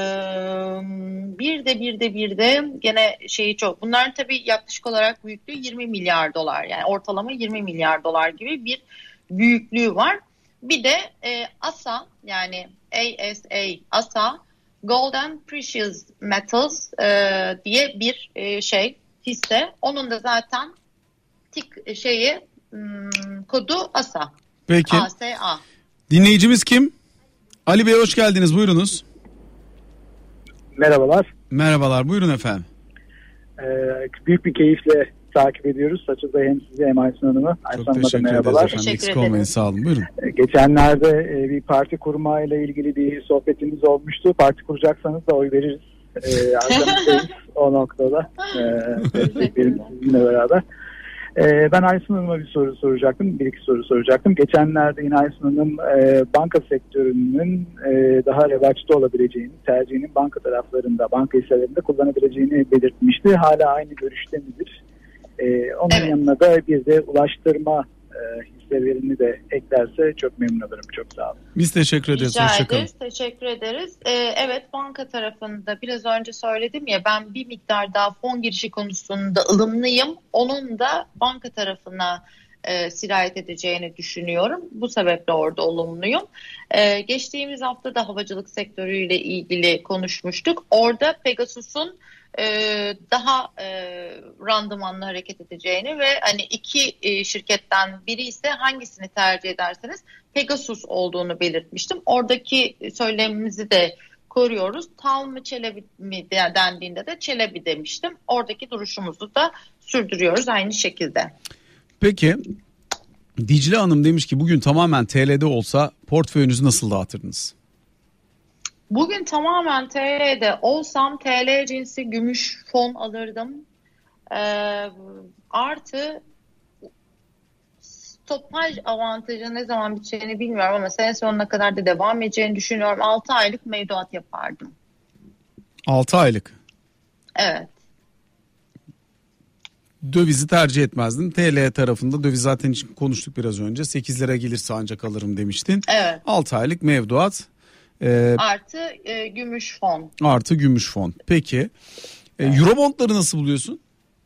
S2: bir de bir de bir de gene şeyi çok. Bunların tabii yaklaşık olarak büyüklüğü yirmi milyar dolar. Yani ortalama yirmi milyar dolar gibi bir büyüklüğü var. Bir de e, A S A, yani A S A, A S A Gold and Precious Metals e, diye bir e, şey, hisse. Onun da zaten tik şeyi hmm, kodu A S A.
S1: Peki.
S2: A S A.
S1: Dinleyicimiz kim? Ali Bey hoş geldiniz. Buyurunuz.
S3: Merhabalar.
S1: Merhabalar. Buyurun efendim.
S3: Ee, büyük bir keyifle takip ediyoruz. Saçılda hem sizi hem Aysun Hanım'ı. Aysun Hanım'a da merhabalar.
S2: Teşekkür
S1: Eksik olmayın. Sağ olun. Buyurun.
S3: Ee, geçenlerde e, bir parti kurmayla ilgili bir sohbetimiz olmuştu. Parti kuracaksanız da oy veririz. Ee, arkamızdayız o noktada. Ee, benim sizinle beraber. Ee, ben Aysun Hanım'a bir soru soracaktım. Bir iki soru soracaktım. Geçenlerde yine Aysun Hanım e, banka sektörünün e, daha revaçta olabileceğini, tercihinin banka taraflarında, banka hisselerinde kullanabileceğini belirtmişti. Hala aynı görüşte midir? E, onun evet. yanına da bir de ulaştırma e, hisselerini de eklerse çok memnun olurum. Çok sağ olun.
S1: Biz teşekkür ederiz.
S2: Rica ederiz. Teşekkür ederiz. Ee, evet, banka tarafında biraz önce söyledim ya, ben bir miktar daha fon girişi konusunda ılımlıyım. Onun da banka tarafına e, sirayet edeceğini düşünüyorum. Bu sebeple orada olumluyum. E, geçtiğimiz hafta da havacılık sektörüyle ilgili konuşmuştuk. Orada Pegasus'un Ee, daha e, randımanlı hareket edeceğini ve hani iki e, şirketten biri ise hangisini tercih ederseniz Pegasus olduğunu belirtmiştim. Oradaki söylemimizi de koruyoruz. Tal mı Çelebi mi dendiğinde de Çelebi demiştim. Oradaki duruşumuzu da sürdürüyoruz aynı şekilde.
S1: Peki Dicle Hanım demiş ki bugün tamamen T L'de olsa portföyünüzü nasıl dağıtırdınız?
S2: Bugün tamamen T L'de olsam T L cinsi gümüş fon alırdım. Ee, artı stopaj avantajı ne zaman biteceğini bilmiyorum ama sene sonuna kadar da devam edeceğini düşünüyorum. altı aylık mevduat yapardım.
S1: altı aylık.
S2: Evet.
S1: Dövizi tercih etmezdin. T L tarafında döviz zaten için konuştuk biraz önce. sekiz lira gelirse ancak alırım demiştin.
S2: Evet.
S1: altı aylık mevduat. E,
S2: artı e, gümüş fon.
S1: Artı gümüş fon. Peki. E, evet. Eurobondları nasıl buluyorsun?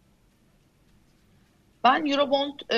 S2: Ben Eurobond e,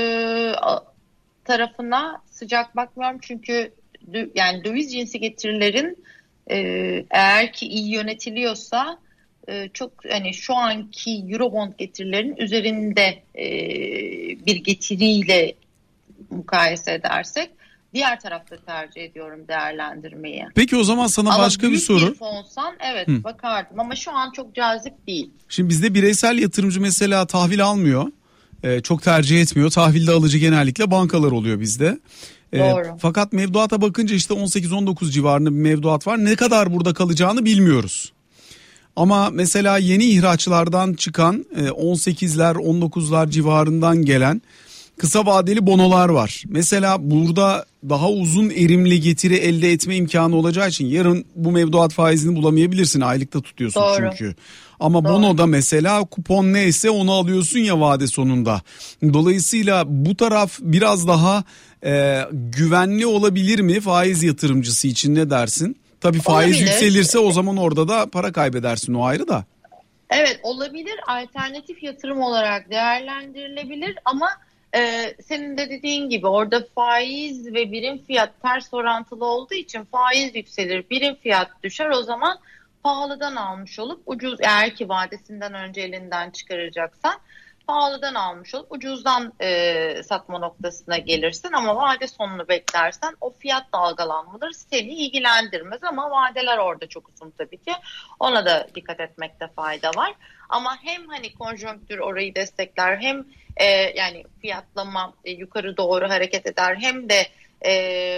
S2: tarafına sıcak bakmıyorum çünkü dö, yani döviz cinsi getirilerin e, eğer ki iyi yönetiliyorsa e, çok hani şu anki Eurobond getirilerin üzerinde e, bir getiriyle mukayese edersek diğer tarafta tercih ediyorum değerlendirmeyi.
S1: Peki o zaman sana
S2: ama
S1: başka bir soru.
S2: Ama büyük bir fonsan evet Hı. bakardım ama şu an çok cazip değil.
S1: Şimdi bizde bireysel yatırımcı mesela tahvil almıyor. Ee, çok tercih etmiyor. Tahvilde alıcı genellikle bankalar oluyor bizde. Ee,
S2: Doğru.
S1: Fakat mevduata bakınca işte on sekiz on dokuz civarında bir mevduat var. Ne kadar burada kalacağını bilmiyoruz. Ama mesela yeni ihraçlardan çıkan on sekizler on dokuzlar civarından gelen kısa vadeli bonolar var. Mesela burada daha uzun erimli getiri elde etme imkanı olacağı için yarın bu mevduat faizini bulamayabilirsin. Aylıkta tutuyorsun
S2: Doğru.
S1: çünkü. Ama
S2: Doğru.
S1: bonoda mesela kupon neyse onu alıyorsun ya vade sonunda. Dolayısıyla bu taraf biraz daha e, güvenli olabilir mi faiz yatırımcısı için, ne dersin? Tabii faiz
S2: olabilir.
S1: Yükselirse o zaman orada da para kaybedersin, o ayrı da.
S2: Evet olabilir, alternatif yatırım olarak değerlendirilebilir ama Ee, senin de dediğin gibi orada faiz ve birim fiyat ters orantılı olduğu için faiz yükselir, birim fiyat düşer, o zaman pahalıdan almış olup ucuz, eğer ki vadesinden önce elinden çıkaracaksan pahalıdan almış olup ucuzdan e, satma noktasına gelirsin ama vade sonunu beklersen o fiyat dalgalanmaları seni ilgilendirmez ama vadeler orada çok uzun tabii ki, ona da dikkat etmekte fayda var. Ama hem hani konjonktür orayı destekler hem e, yani fiyatlama e, yukarı doğru hareket eder hem de e,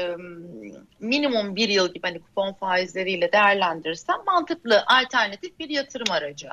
S2: minimum bir yıl gibi hani kupon faizleriyle değerlendirirsen mantıklı alternatif bir yatırım aracı.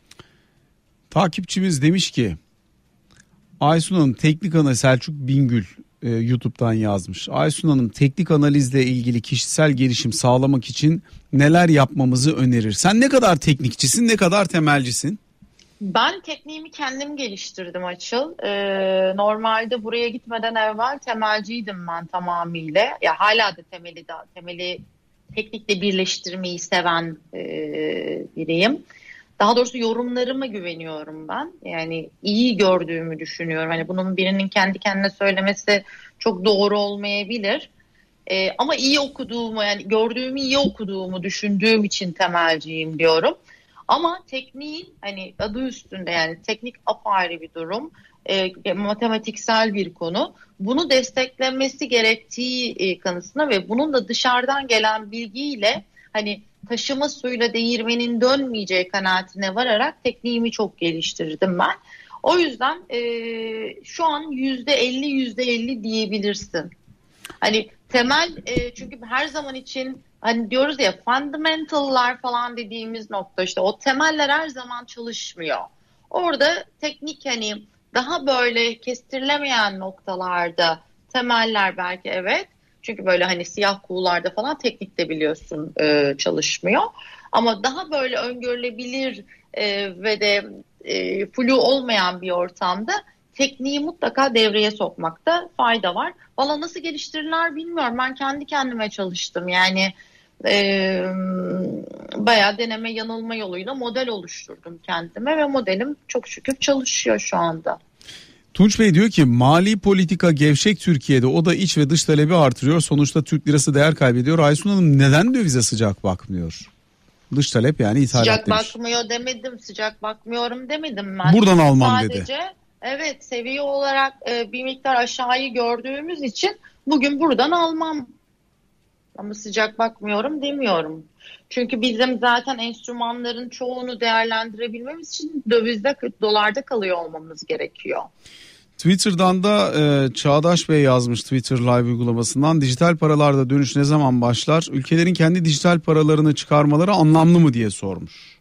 S1: Takipçimiz demiş ki Aysun Hanım teknik analiz, Selçuk Bingül e, YouTube'dan yazmış. Aysun Hanım teknik analizle ilgili kişisel gelişim sağlamak için neler yapmamızı önerir? Sen ne kadar teknikçisin, ne kadar temelcisin? Ben
S2: tekniğimi kendim geliştirdim Açıl. Ee, normalde buraya gitmeden evvel temelciydim ben tamamıyla. Ya hala da temeli da temeli teknikle birleştirmeyi seven e, biriyim. Daha doğrusu yorumlarıma güveniyorum ben. Yani iyi gördüğümü düşünüyorum. Hani bunun birinin kendi kendine söylemesi çok doğru olmayabilir. Ee, ama iyi okuduğumu, yani gördüğümü iyi okuduğumu düşündüğüm için temelciyim diyorum. Ama tekniğin hani adı üstünde, yani teknik apayrı bir durum. E, matematiksel bir konu. Bunu desteklenmesi gerektiği e, kanısına ve bunun da dışarıdan gelen bilgiyle hani taşıma suyla değirmenin dönmeyeceği kanaatine vararak tekniğimi çok geliştirdim ben. O yüzden e, şu an yüzde elli yüzde elli diyebilirsin. Hani temel e, çünkü her zaman için hani diyoruz ya fundamental'lar falan dediğimiz nokta, işte o temeller her zaman çalışmıyor. Orada teknik hani daha böyle kestirilemeyen noktalarda temeller belki evet. Çünkü böyle hani siyah kuğularda falan teknik de biliyorsun e, çalışmıyor. Ama daha böyle öngörülebilir e, ve de e, flu olmayan bir ortamda tekniği mutlaka devreye sokmakta fayda var. Valla nasıl geliştirirler bilmiyorum. Ben kendi kendime çalıştım. Yani e, bayağı deneme yanılma yoluyla model oluşturdum kendime ve modelim çok şükür çalışıyor şu anda.
S1: Tunç Bey diyor ki mali politika gevşek Türkiye'de, o da iç ve dış talebi artırıyor. Sonuçta Türk lirası değer kaybediyor. Aysun Hanım neden dövize sıcak bakmıyor? Dış talep yani ithalat
S2: sıcak
S1: demiş.
S2: Sıcak bakmıyor demedim, sıcak bakmıyorum demedim ben.
S1: Buradan almam
S2: Sadece,
S1: dedi.
S2: Evet, seviye olarak e, bir miktar aşağıyı gördüğümüz için bugün buradan almam Ama sıcak bakmıyorum demiyorum. Çünkü bizim zaten enstrümanların çoğunu değerlendirebilmemiz için dövizde, dolarda kalıyor olmamız gerekiyor.
S1: Twitter'dan da e, Çağdaş Bey yazmış Twitter Live uygulamasından. Dijital paralarda dönüş ne zaman başlar? Ülkelerin kendi dijital paralarını çıkarmaları anlamlı mı diye sormuş.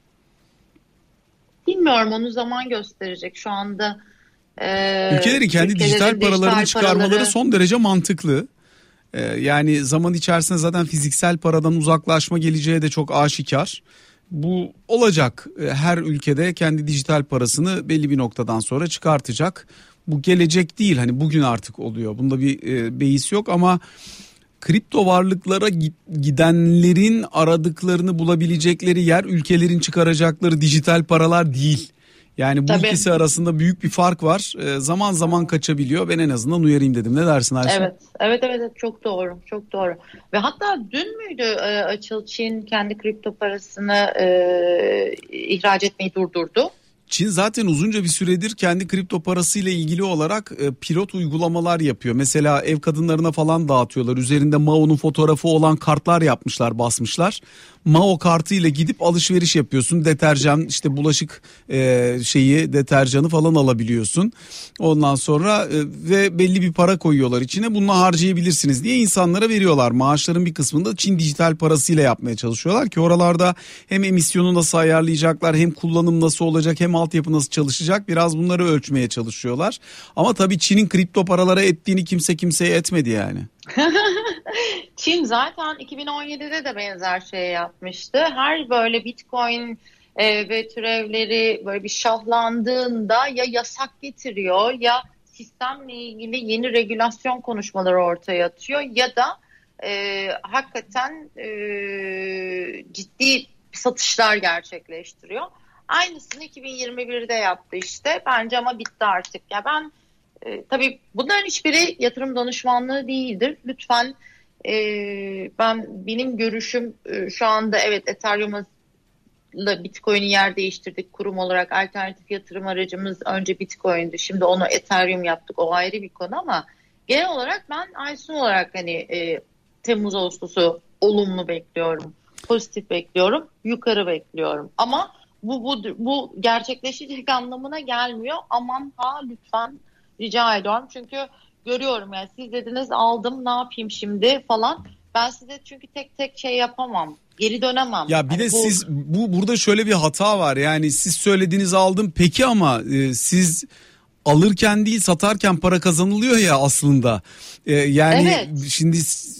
S2: Bilmiyorum, onu zaman gösterecek. Şu anda e,
S1: ülkelerin kendi dijital paralarını
S2: dijital
S1: çıkarmaları
S2: paraları...
S1: son derece mantıklı. E, yani zaman içerisinde zaten fiziksel paradan uzaklaşma geleceği de çok aşikar. Bu olacak. Her ülkede kendi dijital parasını belli bir noktadan sonra çıkartacak. Bu gelecek değil, hani bugün artık oluyor. Bunda bir e, beis yok ama kripto varlıklara gidenlerin aradıklarını bulabilecekleri yer ülkelerin çıkaracakları dijital paralar değil. Yani bu Tabii. ikisi arasında büyük bir fark var. E, zaman zaman kaçabiliyor. Ben en azından uyarayım dedim. Ne dersin Ayşe?
S2: Evet, evet, evet, çok doğru, çok doğru. Ve hatta dün müydü e, Açıl Çin kendi kripto parasını e, ihraç etmeyi durdurdu?
S1: Çin zaten uzunca bir süredir kendi kripto parasıyla ilgili olarak e, pilot uygulamalar yapıyor. Mesela ev kadınlarına falan dağıtıyorlar. Üzerinde Mao'nun fotoğrafı olan kartlar yapmışlar, basmışlar. Mao kartıyla gidip alışveriş yapıyorsun. Deterjan, işte bulaşık e, şeyi, deterjanı falan alabiliyorsun. Ondan sonra e, ve belli bir para koyuyorlar içine. Bununla harcayabilirsiniz diye insanlara veriyorlar. Maaşların bir kısmını da Çin dijital parasıyla yapmaya çalışıyorlar ki oralarda hem emisyonu nasıl ayarlayacaklar, hem kullanım nasıl olacak, hem altyapı nasıl çalışacak, biraz bunları ölçmeye çalışıyorlar. Ama tabii Çin'in kripto paralara ettiğini kimse kimseye etmedi yani.
S2: Çin zaten iki bin on yedide de benzer şey yapmıştı. Her böyle Bitcoin e, ve türevleri böyle bir şahlandığında ya yasak getiriyor ya sistemle ilgili yeni regülasyon konuşmaları ortaya atıyor ya da e, hakikaten e, ciddi satışlar gerçekleştiriyor. Aynısını iki bin yirmi birde yaptı işte. Bence ama bitti artık. Ya ben e, tabii bunların hiçbiri yatırım danışmanlığı değildir. Lütfen e, ben benim görüşüm e, şu anda evet Ethereum'la Bitcoin'i yer değiştirdik. Kurum olarak alternatif yatırım aracımız önce Bitcoin'di. Şimdi onu Ethereum yaptık. O ayrı bir konu ama genel olarak ben Aysun olarak hani e, Temmuz Ağustos'u olumlu bekliyorum. Pozitif bekliyorum. Yukarı bekliyorum. Ama Bu, bu, bu gerçekleşecek anlamına gelmiyor. Aman ha lütfen rica ediyorum. Çünkü görüyorum yani siz dediniz aldım ne yapayım şimdi falan. Ben size çünkü tek tek şey yapamam. Geri dönemem.
S1: Ya bir
S2: hani
S1: de
S2: bu...
S1: siz bu burada şöyle bir hata var. Yani siz söylediğiniz aldım peki ama e, siz alırken değil satarken para kazanılıyor ya aslında. E, yani evet. Şimdi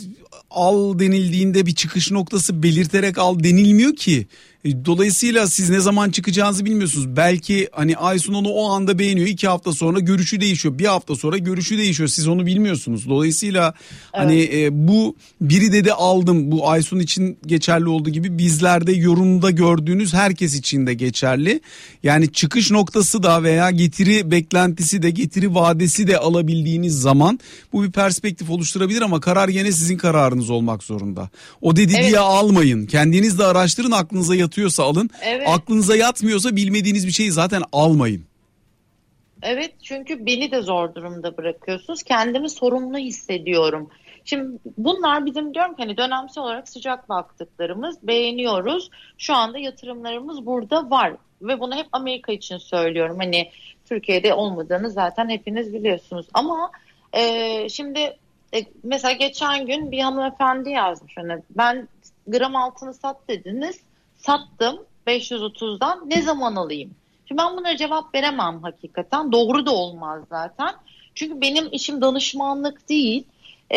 S1: al denildiğinde bir çıkış noktası belirterek al denilmiyor ki. Dolayısıyla siz ne zaman çıkacağınızı bilmiyorsunuz. Belki hani Aysun onu o anda beğeniyor. iki hafta sonra görüşü değişiyor. Bir hafta sonra görüşü değişiyor. Siz onu bilmiyorsunuz. Dolayısıyla evet. hani e, bu biri dedi aldım. Bu Aysun için geçerli olduğu gibi bizlerde yorumda gördüğünüz herkes için de geçerli. Yani çıkış noktası da veya getiri beklentisi de getiri vadesi de alabildiğiniz zaman bu bir perspektif oluşturabilir ama karar yine sizin kararınız olmak zorunda. O dedi evet. diye almayın. Kendiniz de araştırın, aklınıza yatırın. Yatıyorsa alın. Evet. Aklınıza yatmıyorsa bilmediğiniz bir şeyi zaten almayın.
S2: Evet, çünkü beni de zor durumda bırakıyorsunuz. Kendimi sorumlu hissediyorum. Şimdi bunlar bizim diyorum ki hani dönemsel olarak sıcak baktıklarımız, beğeniyoruz. Şu anda yatırımlarımız burada var ve bunu hep Amerika için söylüyorum. Hani Türkiye'de olmadığını zaten hepiniz biliyorsunuz. Ama e, şimdi e, mesela geçen gün bir hanımefendi yazmış. Hani ben gram altını sat dediniz. Sattım beş yüz otuzdan, ne zaman alayım? Şimdi ben buna cevap veremem hakikaten. Doğru da olmaz zaten. Çünkü benim işim danışmanlık değil. Ee,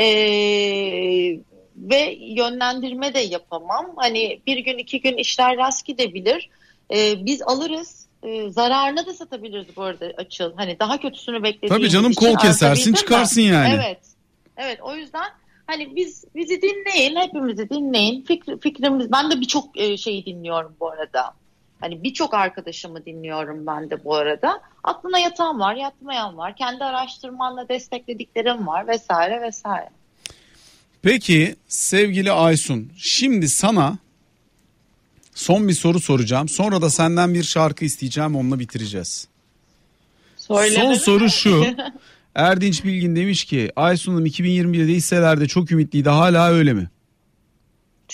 S2: ve yönlendirme de yapamam. Hani bir gün iki gün işler rast gidebilir. Ee, biz alırız. Ee, zararına da satabiliriz bu arada Açıl. Hani daha kötüsünü beklediğimiz
S1: Tabii canım, kol kesersin çıkarsın yani.
S2: Evet. Evet, o yüzden hani biz bizi dinleyin, hepimizi dinleyin. Fikri, fikrimiz, ben de birçok e, şeyi dinliyorum bu arada. Hani birçok arkadaşımı dinliyorum ben de bu arada. Aklına yatan var, yatmayan var. Kendi araştırmanla desteklediklerim var vesaire vesaire.
S1: Peki sevgili Aysun, şimdi sana son bir soru soracağım. Sonra da senden bir şarkı isteyeceğim, onunla bitireceğiz. Söyle son soru şu. Erdinç Bilgin demiş ki Aysun Hanım iki bin yirmi yedide hisselerde çok ümitliydi, hala öyle mi?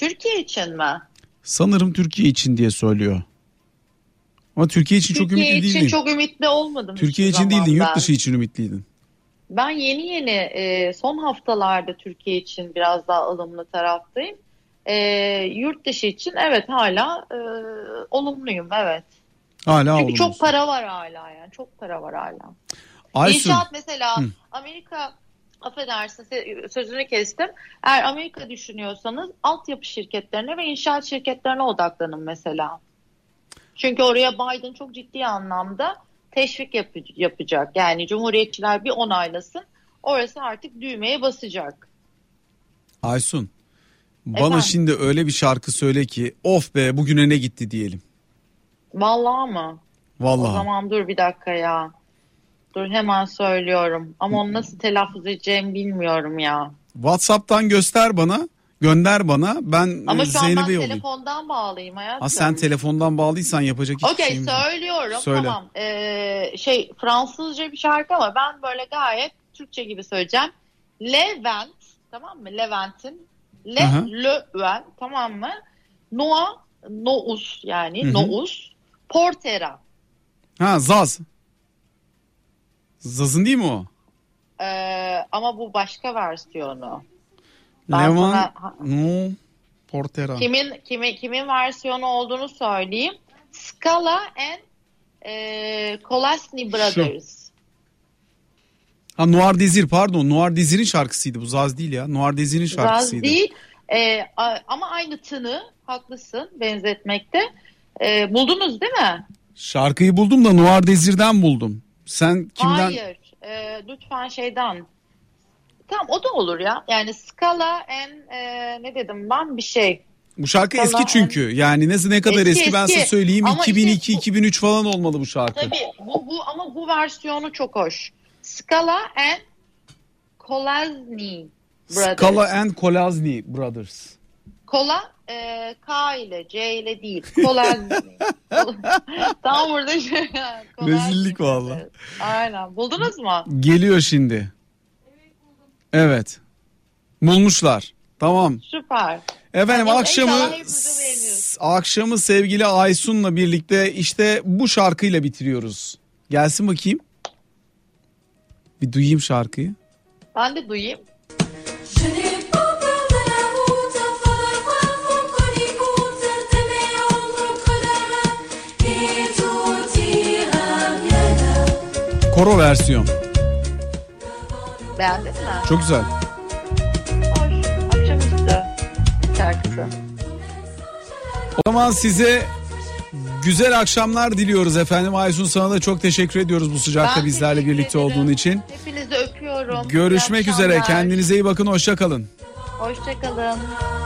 S2: Türkiye için mi?
S1: Sanırım Türkiye için diye söylüyor. Ama Türkiye için
S2: Türkiye
S1: çok ümitli
S2: için
S1: değildin.
S2: çok ümitli olmadım.
S1: Türkiye için değildin, yurt dışı için ümitliydin.
S2: Ben yeni yeni e, son haftalarda Türkiye için biraz daha ılımlı taraftayım. E, yurt dışı için evet hala e, olumluyum, evet.
S1: Hala
S2: Çünkü çok
S1: olumlusun.
S2: para var hala yani. Çok para var hala.
S1: Aysun.
S2: İnşaat mesela
S1: Hı.
S2: Amerika, affedersin sözünü kestim. Eğer Amerika düşünüyorsanız altyapı şirketlerine ve inşaat şirketlerine odaklanın mesela. Çünkü oraya Biden çok ciddi anlamda teşvik yap- yapacak. Yani Cumhuriyetçiler bir onaylasın, orası artık düğmeye basacak.
S1: Aysun. Bana
S2: Efendim?
S1: şimdi öyle bir şarkı söyle ki of be bugüne ne gitti diyelim.
S2: Vallahi mı?
S1: Vallahi.
S2: O zaman dur bir dakika ya. Dur hemen söylüyorum. Ama onu nasıl telaffuz edeceğimi bilmiyorum ya.
S1: WhatsApp'tan göster bana. Gönder bana. Ben
S2: Ama
S1: e,
S2: şu an ben
S1: Zeynep'e yollayayım.
S2: telefondan bağlıyım hayatım.
S1: Ha, sen telefondan bağlıysan yapacak hiçbir
S2: Okey,
S1: şeyim yok.
S2: söylüyorum.
S1: Söyle.
S2: Tamam. Ee, şey Fransızca bir şarkı ama ben böyle gayet Türkçe gibi söyleyeceğim. Levent, tamam mı? Levent'in Le,
S1: Aha.
S2: Le, Ven, tamam mı? Noa, Nous yani
S1: Hı hı.
S2: Nous, Portera.
S1: Ha, Zaz. Zaz'ın değil mi o?
S2: Ee, ama bu başka versiyonu. Ben
S1: Levan
S2: sana-
S1: no Portera.
S2: Kimin kimin kimin versiyonu olduğunu söyleyeyim. Scala and e, Colasny Brothers.
S1: Ha, Noir Desir, pardon. Noir Desir'in şarkısıydı bu. Zaz değil ya. Noir Desir'in
S2: Zaz
S1: şarkısıydı.
S2: değil e, a- ama aynı tını, haklısın benzetmekte. E, buldunuz değil mi?
S1: Şarkıyı buldum da Noir Desir'den buldum. Sen kimden?
S2: Hayır. E, lütfen şeyden. Tamam, o da olur ya. Yani Scala and e, ne dedim ben bir şey.
S1: Bu şarkı
S2: Tamam.
S1: eski çünkü. Yani ne, ne kadar eski,
S2: Eski,
S1: ben size
S2: eski.
S1: söyleyeyim.
S2: Ama
S1: iki bin iki
S2: işte bu-
S1: iki bin üç falan olmalı bu şarkı.
S2: Tabii bu, bu ama bu versiyonu çok hoş. Scala and Colasny Brothers.
S1: Scala and Colasny Brothers.
S2: Kola e, K ile C ile değil. Colasny. Tam burada şey. Colasny
S1: Rezillik
S2: Brothers.
S1: vallahi.
S2: Aynen. Buldunuz mu?
S1: Geliyor şimdi. Evet. Bulmuşlar. Tamam.
S2: Süper.
S1: Efendim
S2: Yani
S1: akşamı
S2: inşallah hepinize beğeniyoruz.
S1: akşamı sevgili Aysun'la birlikte işte bu şarkıyla bitiriyoruz. Gelsin bakayım. Bir duyayım şarkıyı.
S2: Ben de duyayım.
S4: Je n'ai pas peur de la route, faudrait voir mon colicoute, t'aimer en creux et tout ira bien.
S1: Koro versiyon.
S2: Beğendin mi?
S1: Çok güzel.
S2: Hoş. Akşamüstü şarkısı.
S1: O zaman size güzel akşamlar diliyoruz efendim. Aysun, sana da çok teşekkür ediyoruz bu sıcakta
S2: Ben
S1: bizlerle
S2: teşekkür
S1: birlikte
S2: ederim.
S1: olduğun için.
S2: Hepinizi öpüyorum.
S1: Görüşmek
S2: İyi
S1: üzere.
S2: akşamlar.
S1: Kendinize iyi bakın. Hoşça kalın.
S2: Hoşça kalın.